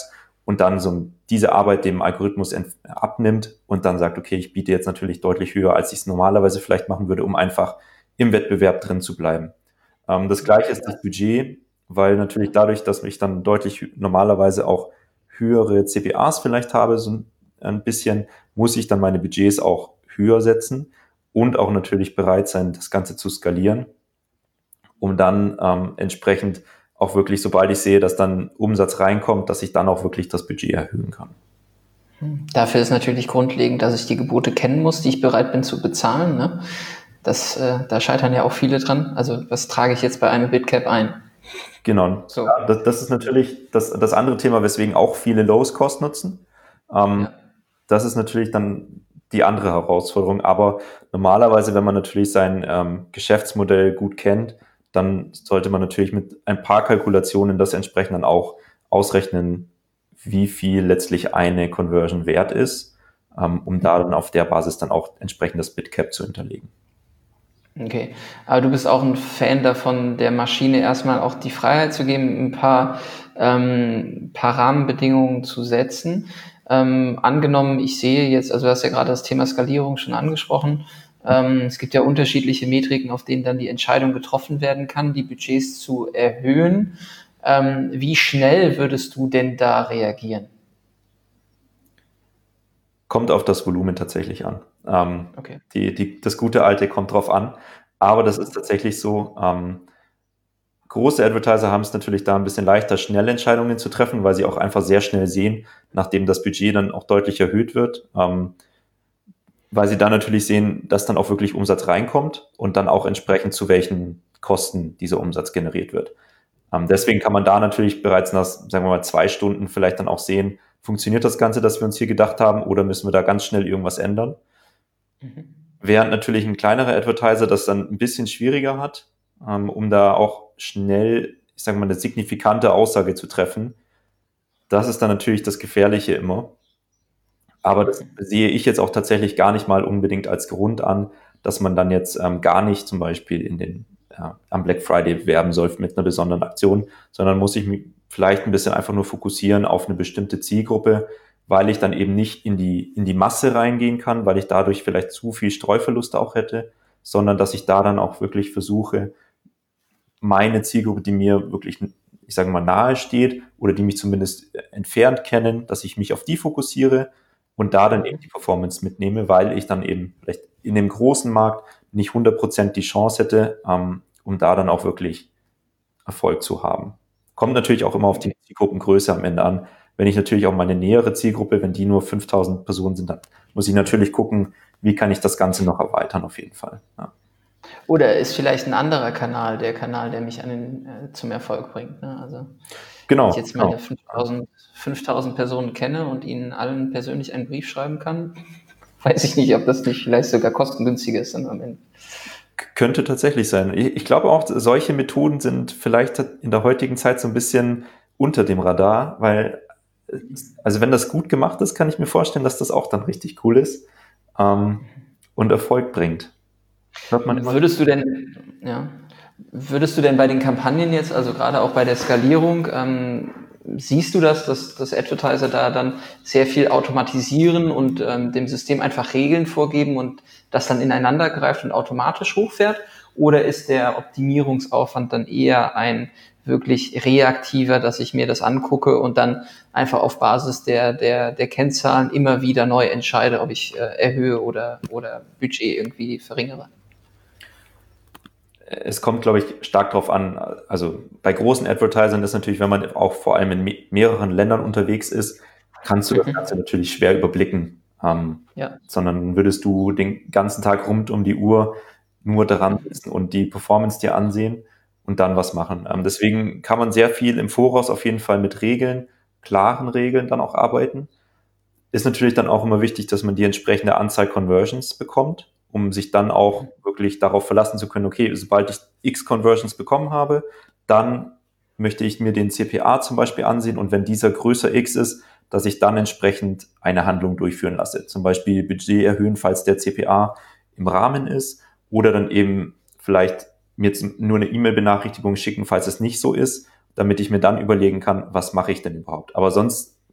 Speaker 2: und dann so diese Arbeit dem Algorithmus ent- abnimmt und dann sagt, okay, ich biete jetzt natürlich deutlich höher, als ich es normalerweise vielleicht machen würde, um einfach im Wettbewerb drin zu bleiben. Ähm, das gleiche ist das Budget, weil natürlich dadurch, dass ich dann deutlich hö- normalerweise auch höhere C P As vielleicht habe, so ein- ein bisschen, muss ich dann meine Budgets auch höher setzen und auch natürlich bereit sein, das Ganze zu skalieren, um dann ähm, entsprechend auch wirklich, sobald ich sehe, dass dann Umsatz reinkommt, dass ich dann auch wirklich das Budget erhöhen kann.
Speaker 1: Dafür ist natürlich grundlegend, dass ich die Gebote kennen muss, die ich bereit bin zu bezahlen. Ne? Das, äh, da scheitern ja auch viele dran. Also was trage ich jetzt bei einem Bitcap ein?
Speaker 2: Genau.
Speaker 1: So.
Speaker 2: Ja, das, das ist natürlich das, das andere Thema, weswegen auch viele Lowest Cost nutzen. Ähm,
Speaker 1: Ja.
Speaker 2: Das ist natürlich dann die andere Herausforderung. Aber normalerweise, wenn man natürlich sein ähm, Geschäftsmodell gut kennt, dann sollte man natürlich mit ein paar Kalkulationen das entsprechend dann auch ausrechnen, wie viel letztlich eine Conversion wert ist, ähm, um da dann auf der Basis dann auch entsprechend das Bitcap zu hinterlegen.
Speaker 1: Okay, aber du bist auch ein Fan davon, der Maschine erstmal auch die Freiheit zu geben, ein paar, ähm, paar Rahmenbedingungen zu setzen. Ähm, angenommen, ich sehe jetzt, also du hast ja gerade das Thema Skalierung schon angesprochen. Ähm, es gibt ja unterschiedliche Metriken, auf denen dann die Entscheidung getroffen werden kann, die Budgets zu erhöhen. Ähm, wie schnell würdest du denn da reagieren?
Speaker 2: Kommt auf das Volumen tatsächlich an. Ähm,
Speaker 1: Okay.
Speaker 2: die, die, das gute Alte kommt drauf an. Aber das ist tatsächlich so. Ähm, große Advertiser haben es natürlich da ein bisschen leichter, schnell Entscheidungen zu treffen, weil sie auch einfach sehr schnell sehen, nachdem das Budget dann auch deutlich erhöht wird, ähm, weil sie dann natürlich sehen, dass dann auch wirklich Umsatz reinkommt und dann auch entsprechend zu welchen Kosten dieser Umsatz generiert wird. Ähm, deswegen kann man da natürlich bereits nach, sagen wir mal, zwei Stunden vielleicht dann auch sehen, funktioniert das Ganze, das wir uns hier gedacht haben, oder müssen wir da ganz schnell irgendwas ändern?
Speaker 1: Mhm.
Speaker 2: Während natürlich ein kleinerer Advertiser das dann ein bisschen schwieriger hat, ähm, um da auch schnell, ich sage mal, eine signifikante Aussage zu treffen. Das ist dann natürlich das Gefährliche immer. Aber das sehe ich jetzt auch tatsächlich gar nicht mal unbedingt als Grund an, dass man dann jetzt ähm, gar nicht zum Beispiel in den, ja, am Black Friday bewerben soll mit einer besonderen Aktion, sondern muss ich mich vielleicht ein bisschen einfach nur fokussieren auf eine bestimmte Zielgruppe, weil ich dann eben nicht in die, in die Masse reingehen kann, weil ich dadurch vielleicht zu viel Streuverluste auch hätte, sondern dass ich da dann auch wirklich versuche, meine Zielgruppe, die mir wirklich, ich sage mal, nahe steht oder die mich zumindest entfernt kennen, dass ich mich auf die fokussiere und da dann eben die Performance mitnehme, weil ich dann eben vielleicht in dem großen Markt nicht hundert Prozent die Chance hätte, ähm, um da dann auch wirklich Erfolg zu haben. Kommt natürlich auch immer auf die Zielgruppengröße am Ende an. Wenn ich natürlich auch meine nähere Zielgruppe, wenn die nur fünftausend Personen sind, dann muss ich natürlich gucken, wie kann ich das Ganze noch erweitern auf jeden Fall. Ja.
Speaker 1: Oder ist vielleicht ein anderer Kanal der Kanal, der mich an den, äh, zum Erfolg bringt. Ne? Also wenn ich
Speaker 2: Genau,
Speaker 1: jetzt
Speaker 2: genau.
Speaker 1: meine fünftausend, fünftausend Personen kenne und ihnen allen persönlich einen Brief schreiben kann, weiß ich nicht, ob das nicht vielleicht sogar kostengünstiger ist dann am Ende.
Speaker 2: Könnte tatsächlich sein. Ich, ich glaube auch, solche Methoden sind vielleicht in der heutigen Zeit so ein bisschen unter dem Radar, weil, also wenn das gut gemacht ist, kann ich mir vorstellen, dass das auch dann richtig cool ist ähm, und Erfolg bringt. Hört man immer.
Speaker 1: Würdest du denn, ja, würdest du denn bei den Kampagnen jetzt, also gerade auch bei der Skalierung, ähm, siehst du das, dass, dass Advertiser da dann sehr viel automatisieren und ähm, dem System einfach Regeln vorgeben und das dann ineinander greift und automatisch hochfährt? Oder ist der Optimierungsaufwand dann eher ein wirklich reaktiver, dass ich mir das angucke und dann einfach auf Basis der, der, der Kennzahlen immer wieder neu entscheide, ob ich äh, erhöhe oder, oder Budget irgendwie verringere?
Speaker 2: Es kommt, glaube ich, stark drauf an. Also bei großen Advertisern ist natürlich, wenn man auch vor allem in me mehreren Ländern unterwegs ist, kannst du das Ganze natürlich schwer überblicken. Ähm,
Speaker 1: Ja.
Speaker 2: sondern würdest du den ganzen Tag rund um die Uhr nur daran sitzen und die Performance dir ansehen und dann was machen. Ähm, deswegen kann man sehr viel im Voraus auf jeden Fall mit Regeln, klaren Regeln dann auch arbeiten. Ist natürlich dann auch immer wichtig, dass man die entsprechende Anzahl Conversions bekommt, um sich dann auch wirklich darauf verlassen zu können, okay, sobald ich X Conversions bekommen habe, dann möchte ich mir den C P A zum Beispiel ansehen und wenn dieser größer X ist, dass ich dann entsprechend eine Handlung durchführen lasse. Zum Beispiel Budget erhöhen, falls der C P A im Rahmen ist oder dann eben vielleicht mir jetzt nur eine E-Mail-Benachrichtigung schicken, falls es nicht so ist, damit ich mir dann überlegen kann, was mache ich denn überhaupt. Aber sonst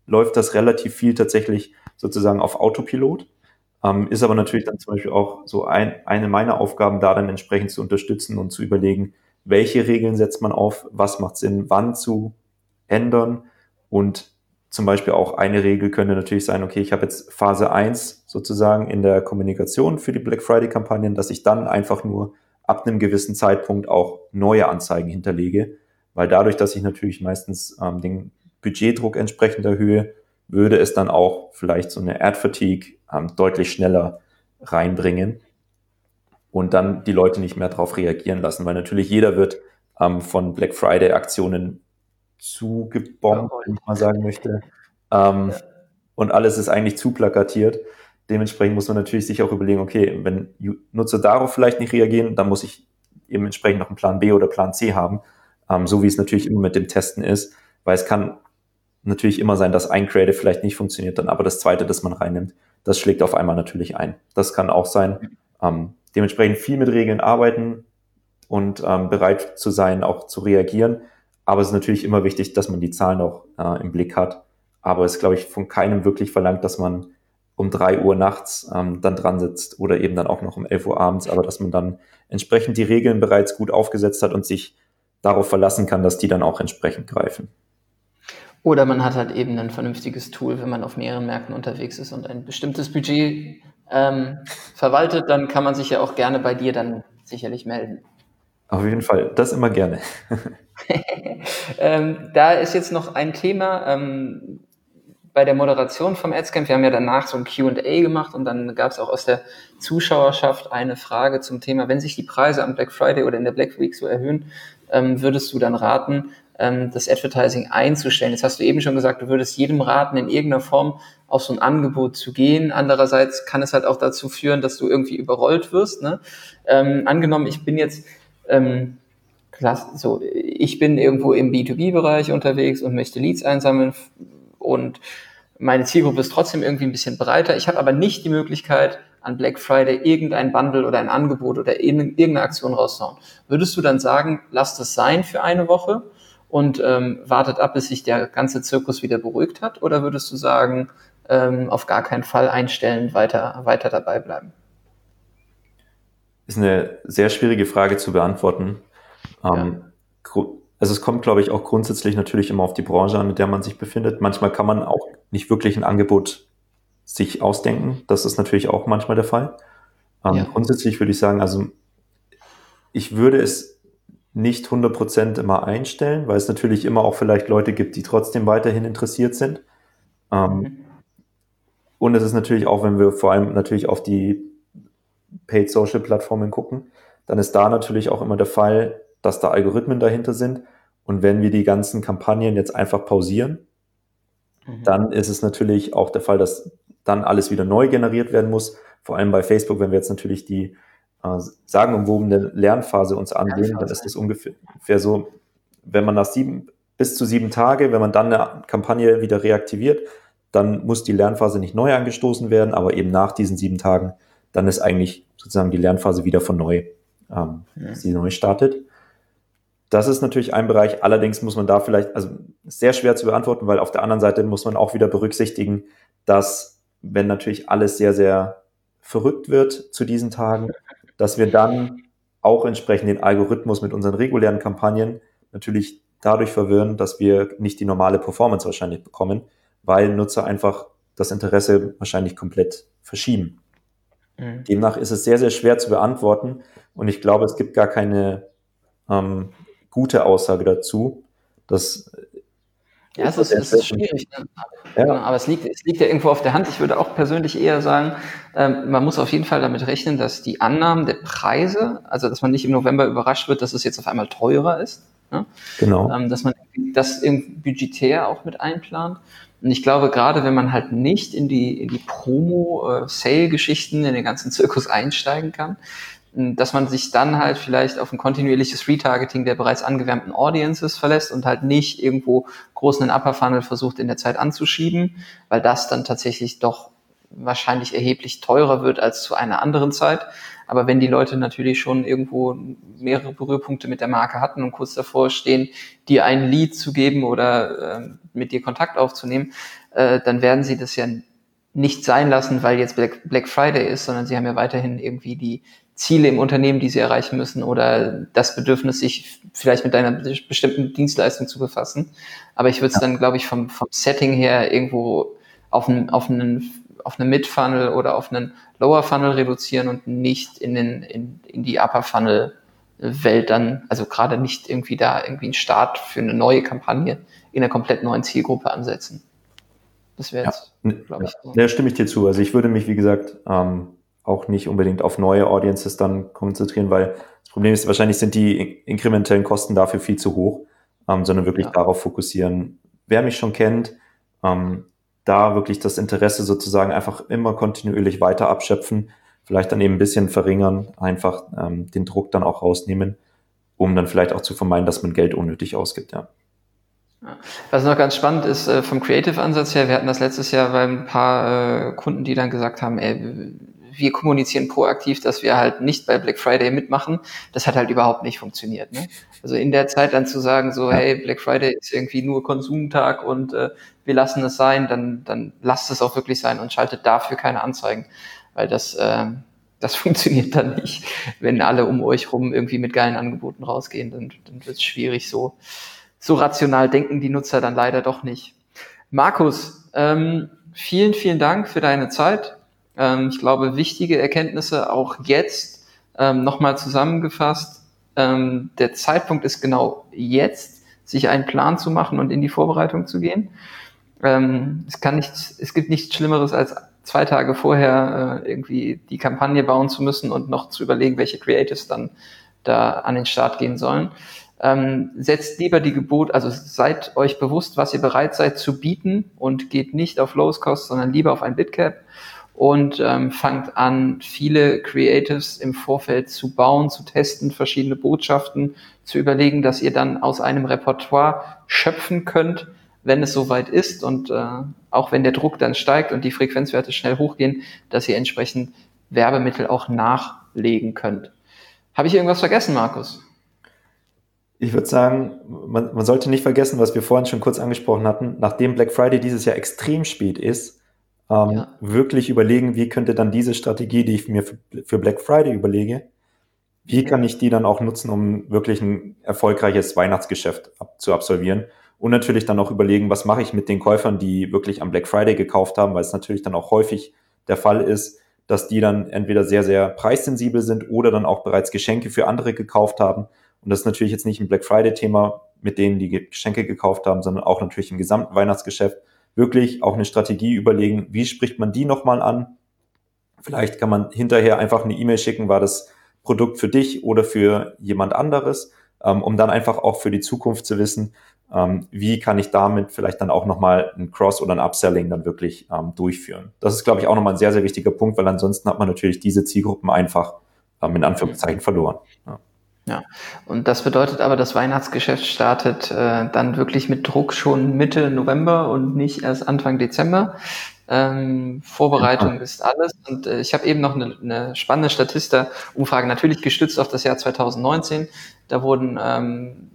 Speaker 2: läuft das relativ viel tatsächlich sozusagen auf Autopilot. Ähm, ist aber natürlich dann zum Beispiel auch so ein, eine meiner Aufgaben, da dann entsprechend zu unterstützen und zu überlegen, welche Regeln setzt man auf, was macht Sinn, wann zu ändern. Und zum Beispiel auch eine Regel könnte natürlich sein, okay, ich habe jetzt Phase eins sozusagen in der Kommunikation für die Black Friday-Kampagnen, dass ich dann einfach nur ab einem gewissen Zeitpunkt auch neue Anzeigen hinterlege, weil dadurch, dass ich natürlich meistens ähm, den Budgetdruck entsprechend erhöhe, würde es dann auch vielleicht so eine Ad-Fatigue ähm, deutlich schneller reinbringen und dann die Leute nicht mehr darauf reagieren lassen, weil natürlich jeder wird ähm, von Black Friday-Aktionen zugebombt, wenn ich mal sagen möchte. Ähm, ja. Und alles ist eigentlich zu plakatiert. Dementsprechend muss man natürlich sich auch überlegen, okay, wenn Nutzer darauf vielleicht nicht reagieren, dann muss ich eben entsprechend noch einen Plan B oder Plan C haben, ähm, so wie es natürlich immer mit dem Testen ist, weil es kann natürlich immer sein, dass ein Creative vielleicht nicht funktioniert, dann aber das zweite, das man reinnimmt, das schlägt auf einmal natürlich ein. Das kann auch sein. Ähm, dementsprechend viel mit Regeln arbeiten und ähm, bereit zu sein, auch zu reagieren. Aber es ist natürlich immer wichtig, dass man die Zahlen auch äh, im Blick hat. Aber es ist, glaube ich, von keinem wirklich verlangt, dass man um drei Uhr nachts ähm, dann dran sitzt oder eben dann auch noch um elf Uhr abends, aber dass man dann entsprechend die Regeln bereits gut aufgesetzt hat und sich darauf verlassen kann, dass die dann auch entsprechend greifen.
Speaker 1: Oder man hat halt eben ein vernünftiges Tool, wenn man auf mehreren Märkten unterwegs ist und ein bestimmtes Budget ähm, verwaltet, dann kann man sich ja auch gerne bei dir dann sicherlich melden.
Speaker 2: Auf jeden Fall, das immer gerne.
Speaker 1: ähm, da ist jetzt noch ein Thema ähm, bei der Moderation vom Adscamp. Wir haben ja danach so ein Q and A gemacht und dann gab es auch aus der Zuschauerschaft eine Frage zum Thema, wenn sich die Preise am Black Friday oder in der Black Week so erhöhen, ähm, würdest du dann raten, ähm, das Advertising einzustellen? Jetzt hast du eben schon gesagt, du würdest jedem raten, in irgendeiner Form auf so ein Angebot zu gehen. Andererseits kann es halt auch dazu führen, dass du irgendwie überrollt wirst. Ne? Ähm, angenommen, ich bin jetzt ähm, so, ich bin irgendwo im B zwei B-Bereich unterwegs und möchte Leads einsammeln und meine Zielgruppe ist trotzdem irgendwie ein bisschen breiter. Ich habe aber nicht die Möglichkeit, an Black Friday irgendein Bundle oder ein Angebot oder irgendeine Aktion rauszuhauen. Würdest du dann sagen, lasst das sein für eine Woche und ähm, wartet ab, bis sich der ganze Zirkus wieder beruhigt hat? Oder würdest du sagen, ähm, auf gar keinen Fall einstellen, weiter, weiter dabei bleiben?
Speaker 2: Ist eine sehr schwierige Frage zu beantworten. Ja. Ähm, also es kommt, glaube ich, auch grundsätzlich natürlich immer auf die Branche an, in der man sich befindet. Manchmal kann man auch nicht wirklich ein Angebot sich ausdenken. Das ist natürlich auch manchmal der Fall. Ähm, ja. Grundsätzlich würde ich sagen, also ich würde es nicht hundert Prozent immer einstellen, weil es natürlich immer auch vielleicht Leute gibt, die trotzdem weiterhin interessiert sind. Ähm, mhm. Und es ist natürlich auch, wenn wir vor allem natürlich auf die Paid-Social-Plattformen gucken, dann ist da natürlich auch immer der Fall, dass da Algorithmen dahinter sind. Und wenn wir die ganzen Kampagnen jetzt einfach pausieren, mhm. dann ist es natürlich auch der Fall, dass dann alles wieder neu generiert werden muss. Vor allem bei Facebook, wenn wir jetzt natürlich die äh, sagenumwobene Lernphase uns ansehen, dann ist das ungefähr so, wenn man nach sieben, bis zu sieben Tage, wenn man dann eine Kampagne wieder reaktiviert, dann muss die Lernphase nicht neu angestoßen werden, aber eben nach diesen sieben Tagen, dann ist eigentlich sozusagen die Lernphase wieder von neu, ähm, ja. die neu startet. Das ist natürlich ein Bereich, allerdings muss man da vielleicht, also sehr schwer zu beantworten, weil auf der anderen Seite muss man auch wieder berücksichtigen, dass wenn natürlich alles sehr, sehr verrückt wird zu diesen Tagen, dass wir dann auch entsprechend den Algorithmus mit unseren regulären Kampagnen natürlich dadurch verwirren, dass wir nicht die normale Performance wahrscheinlich bekommen, weil Nutzer einfach das Interesse wahrscheinlich komplett verschieben. Mhm. Demnach ist es sehr, sehr schwer zu beantworten und ich glaube, es gibt gar keine ähm, gute Aussage dazu. Das
Speaker 1: ja, es ist, es ist schwierig. Ne? Ja. Genau, aber es liegt, es liegt ja irgendwo auf der Hand. Ich würde auch persönlich eher sagen, ähm, man muss auf jeden Fall damit rechnen, dass die Annahmen der Preise, also dass man nicht im November überrascht wird, dass es jetzt auf einmal teurer ist. Ne?
Speaker 2: Genau.
Speaker 1: Ähm, dass man das irgendwie budgetär auch mit einplant. Und ich glaube, gerade wenn man halt nicht in die, in die Promo-Sale-Geschichten, in den ganzen Zirkus einsteigen kann, dass man sich dann halt vielleicht auf ein kontinuierliches Retargeting der bereits angewärmten Audiences verlässt und halt nicht irgendwo groß einen Upper Funnel versucht in der Zeit anzuschieben, weil das dann tatsächlich doch wahrscheinlich erheblich teurer wird als zu einer anderen Zeit. Aber wenn die Leute natürlich schon irgendwo mehrere Berührpunkte mit der Marke hatten und kurz davor stehen, dir ein Lead zu geben oder äh, mit dir Kontakt aufzunehmen, äh, dann werden sie das ja nicht sein lassen, weil jetzt Black, Black Friday ist, sondern sie haben ja weiterhin irgendwie die Ziele im Unternehmen, die sie erreichen müssen oder das Bedürfnis, sich vielleicht mit einer bestimmten Dienstleistung zu befassen. Aber ich würde es ja. dann, glaube ich, vom, vom Setting her irgendwo auf einen, auf einen, auf einen Mid-Funnel oder auf einen Lower-Funnel reduzieren und nicht in den, in, in die Upper-Funnel-Welt dann, also gerade nicht irgendwie da irgendwie einen Start für eine neue Kampagne in einer komplett neuen Zielgruppe ansetzen. Das wäre jetzt,
Speaker 2: ja. glaube ich, so. Ja, stimme ich dir zu. Also ich würde mich, wie gesagt, ähm, auch nicht unbedingt auf neue Audiences dann konzentrieren, weil das Problem ist, wahrscheinlich sind die inkrementellen Kosten dafür viel zu hoch, ähm, sondern wirklich ja. darauf fokussieren, wer mich schon kennt, ähm, da wirklich das Interesse sozusagen einfach immer kontinuierlich weiter abschöpfen, vielleicht dann eben ein bisschen verringern, einfach ähm, den Druck dann auch rausnehmen, um dann vielleicht auch zu vermeiden, dass man Geld unnötig ausgibt, ja.
Speaker 1: Was noch ganz spannend ist, äh, vom Creative-Ansatz her, wir hatten das letztes Jahr bei ein paar äh, Kunden, die dann gesagt haben, ey, wir kommunizieren proaktiv, dass wir halt nicht bei Black Friday mitmachen. Das hat halt überhaupt nicht funktioniert. Ne? Also in der Zeit dann zu sagen, so, hey, Black Friday ist irgendwie nur Konsumtag und äh, wir lassen es sein, dann, dann lasst es auch wirklich sein und schaltet dafür keine Anzeigen. Weil das, äh, das funktioniert dann nicht. Wenn alle um euch rum irgendwie mit geilen Angeboten rausgehen, dann, dann wird es schwierig. So, so rational denken die Nutzer dann leider doch nicht. Markus, ähm, vielen, vielen Dank für deine Zeit. Ich glaube, wichtige Erkenntnisse auch jetzt ähm, nochmal zusammengefasst. Ähm, der Zeitpunkt ist genau jetzt, sich einen Plan zu machen und in die Vorbereitung zu gehen. Ähm, es kann nicht, es gibt nichts Schlimmeres, als zwei Tage vorher äh, irgendwie die Kampagne bauen zu müssen und noch zu überlegen, welche Creatives dann da an den Start gehen sollen. Ähm, setzt lieber die Gebot, also seid euch bewusst, was ihr bereit seid zu bieten und geht nicht auf Lowest Cost, sondern lieber auf ein Bidcap. Und ähm, fangt an, viele Creatives im Vorfeld zu bauen, zu testen, verschiedene Botschaften zu überlegen, dass ihr dann aus einem Repertoire schöpfen könnt, wenn es soweit ist und äh, auch wenn der Druck dann steigt und die Frequenzwerte schnell hochgehen, dass ihr entsprechend Werbemittel auch nachlegen könnt. Habe ich irgendwas vergessen, Markus?
Speaker 2: Ich würde sagen, man, man sollte nicht vergessen, was wir vorhin schon kurz angesprochen hatten, nachdem Black Friday dieses Jahr extrem spät ist, Ähm, ja. wirklich überlegen, wie könnte dann diese Strategie, die ich mir für, für Black Friday überlege, wie kann ich die dann auch nutzen, um wirklich ein erfolgreiches Weihnachtsgeschäft ab, zu absolvieren und natürlich dann auch überlegen, was mache ich mit den Käufern, die wirklich am Black Friday gekauft haben, weil es natürlich dann auch häufig der Fall ist, dass die dann entweder sehr, sehr preissensibel sind oder dann auch bereits Geschenke für andere gekauft haben. Und das ist natürlich jetzt nicht ein Black Friday-Thema mit denen, die Geschenke gekauft haben, sondern auch natürlich im gesamten Weihnachtsgeschäft. Wirklich auch eine Strategie überlegen, wie spricht man die nochmal an? Vielleicht kann man hinterher einfach eine E-Mail schicken, war das Produkt für dich oder für jemand anderes, ähm, um dann einfach auch für die Zukunft zu wissen, ähm, wie kann ich damit vielleicht dann auch nochmal ein Cross- oder ein Upselling dann wirklich ähm, durchführen. Das ist, glaube ich, auch nochmal ein sehr, sehr wichtiger Punkt, weil ansonsten hat man natürlich diese Zielgruppen einfach ähm, in Anführungszeichen verloren. Ja.
Speaker 1: Ja, und das bedeutet aber, das Weihnachtsgeschäft startet äh, dann wirklich mit Druck schon Mitte November und nicht erst Anfang Dezember. Ähm, Vorbereitung ja. ist alles. Und äh, ich habe eben noch eine, eine spannende Statista-Umfrage, natürlich gestützt auf das Jahr zwanzig neunzehn. Da wurden ähm,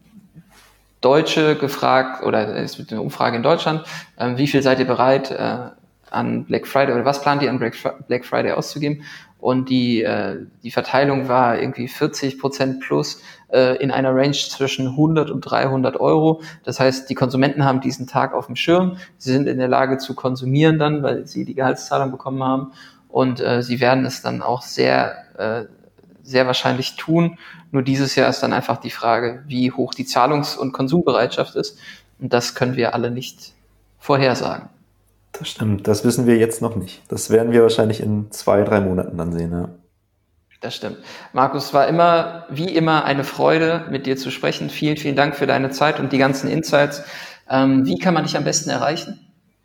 Speaker 1: Deutsche gefragt, oder es wird eine Umfrage in Deutschland, ähm, wie viel seid ihr bereit, äh, an Black Friday, oder was plant ihr an Black Friday auszugeben? Und die, äh, die Verteilung war irgendwie vierzig Prozent plus äh, in einer Range zwischen hundert und dreihundert Euro. Das heißt, die Konsumenten haben diesen Tag auf dem Schirm. Sie sind in der Lage zu konsumieren dann, weil sie die Gehaltszahlung bekommen haben. Und äh, sie werden es dann auch sehr, äh, sehr wahrscheinlich tun. Nur dieses Jahr ist dann einfach die Frage, wie hoch die Zahlungs- und Konsumbereitschaft ist. Und das können wir alle nicht vorhersagen.
Speaker 2: Das stimmt, das wissen wir jetzt noch nicht. Das werden wir wahrscheinlich in zwei, drei Monaten dann sehen, ja.
Speaker 1: Das stimmt. Markus, war immer, wie immer, eine Freude, mit dir zu sprechen. Vielen, vielen Dank für deine Zeit und die ganzen Insights. Ähm, wie kann man dich am besten erreichen?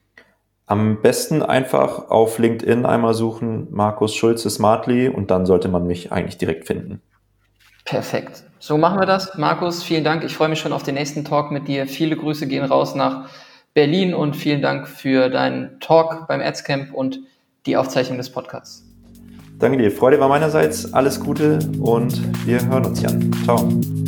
Speaker 2: Am besten einfach auf LinkedIn einmal suchen, Markus Schulze Smartly, und dann sollte man mich eigentlich direkt finden.
Speaker 1: Perfekt. So machen wir das. Markus, vielen Dank. Ich freue mich schon auf den nächsten Talk mit dir. Viele Grüße gehen raus nach Berlin und vielen Dank für deinen Talk beim Adscamp und die Aufzeichnung des Podcasts.
Speaker 2: Danke dir. Freude war meinerseits. Alles Gute und wir hören uns, Jan. Ciao.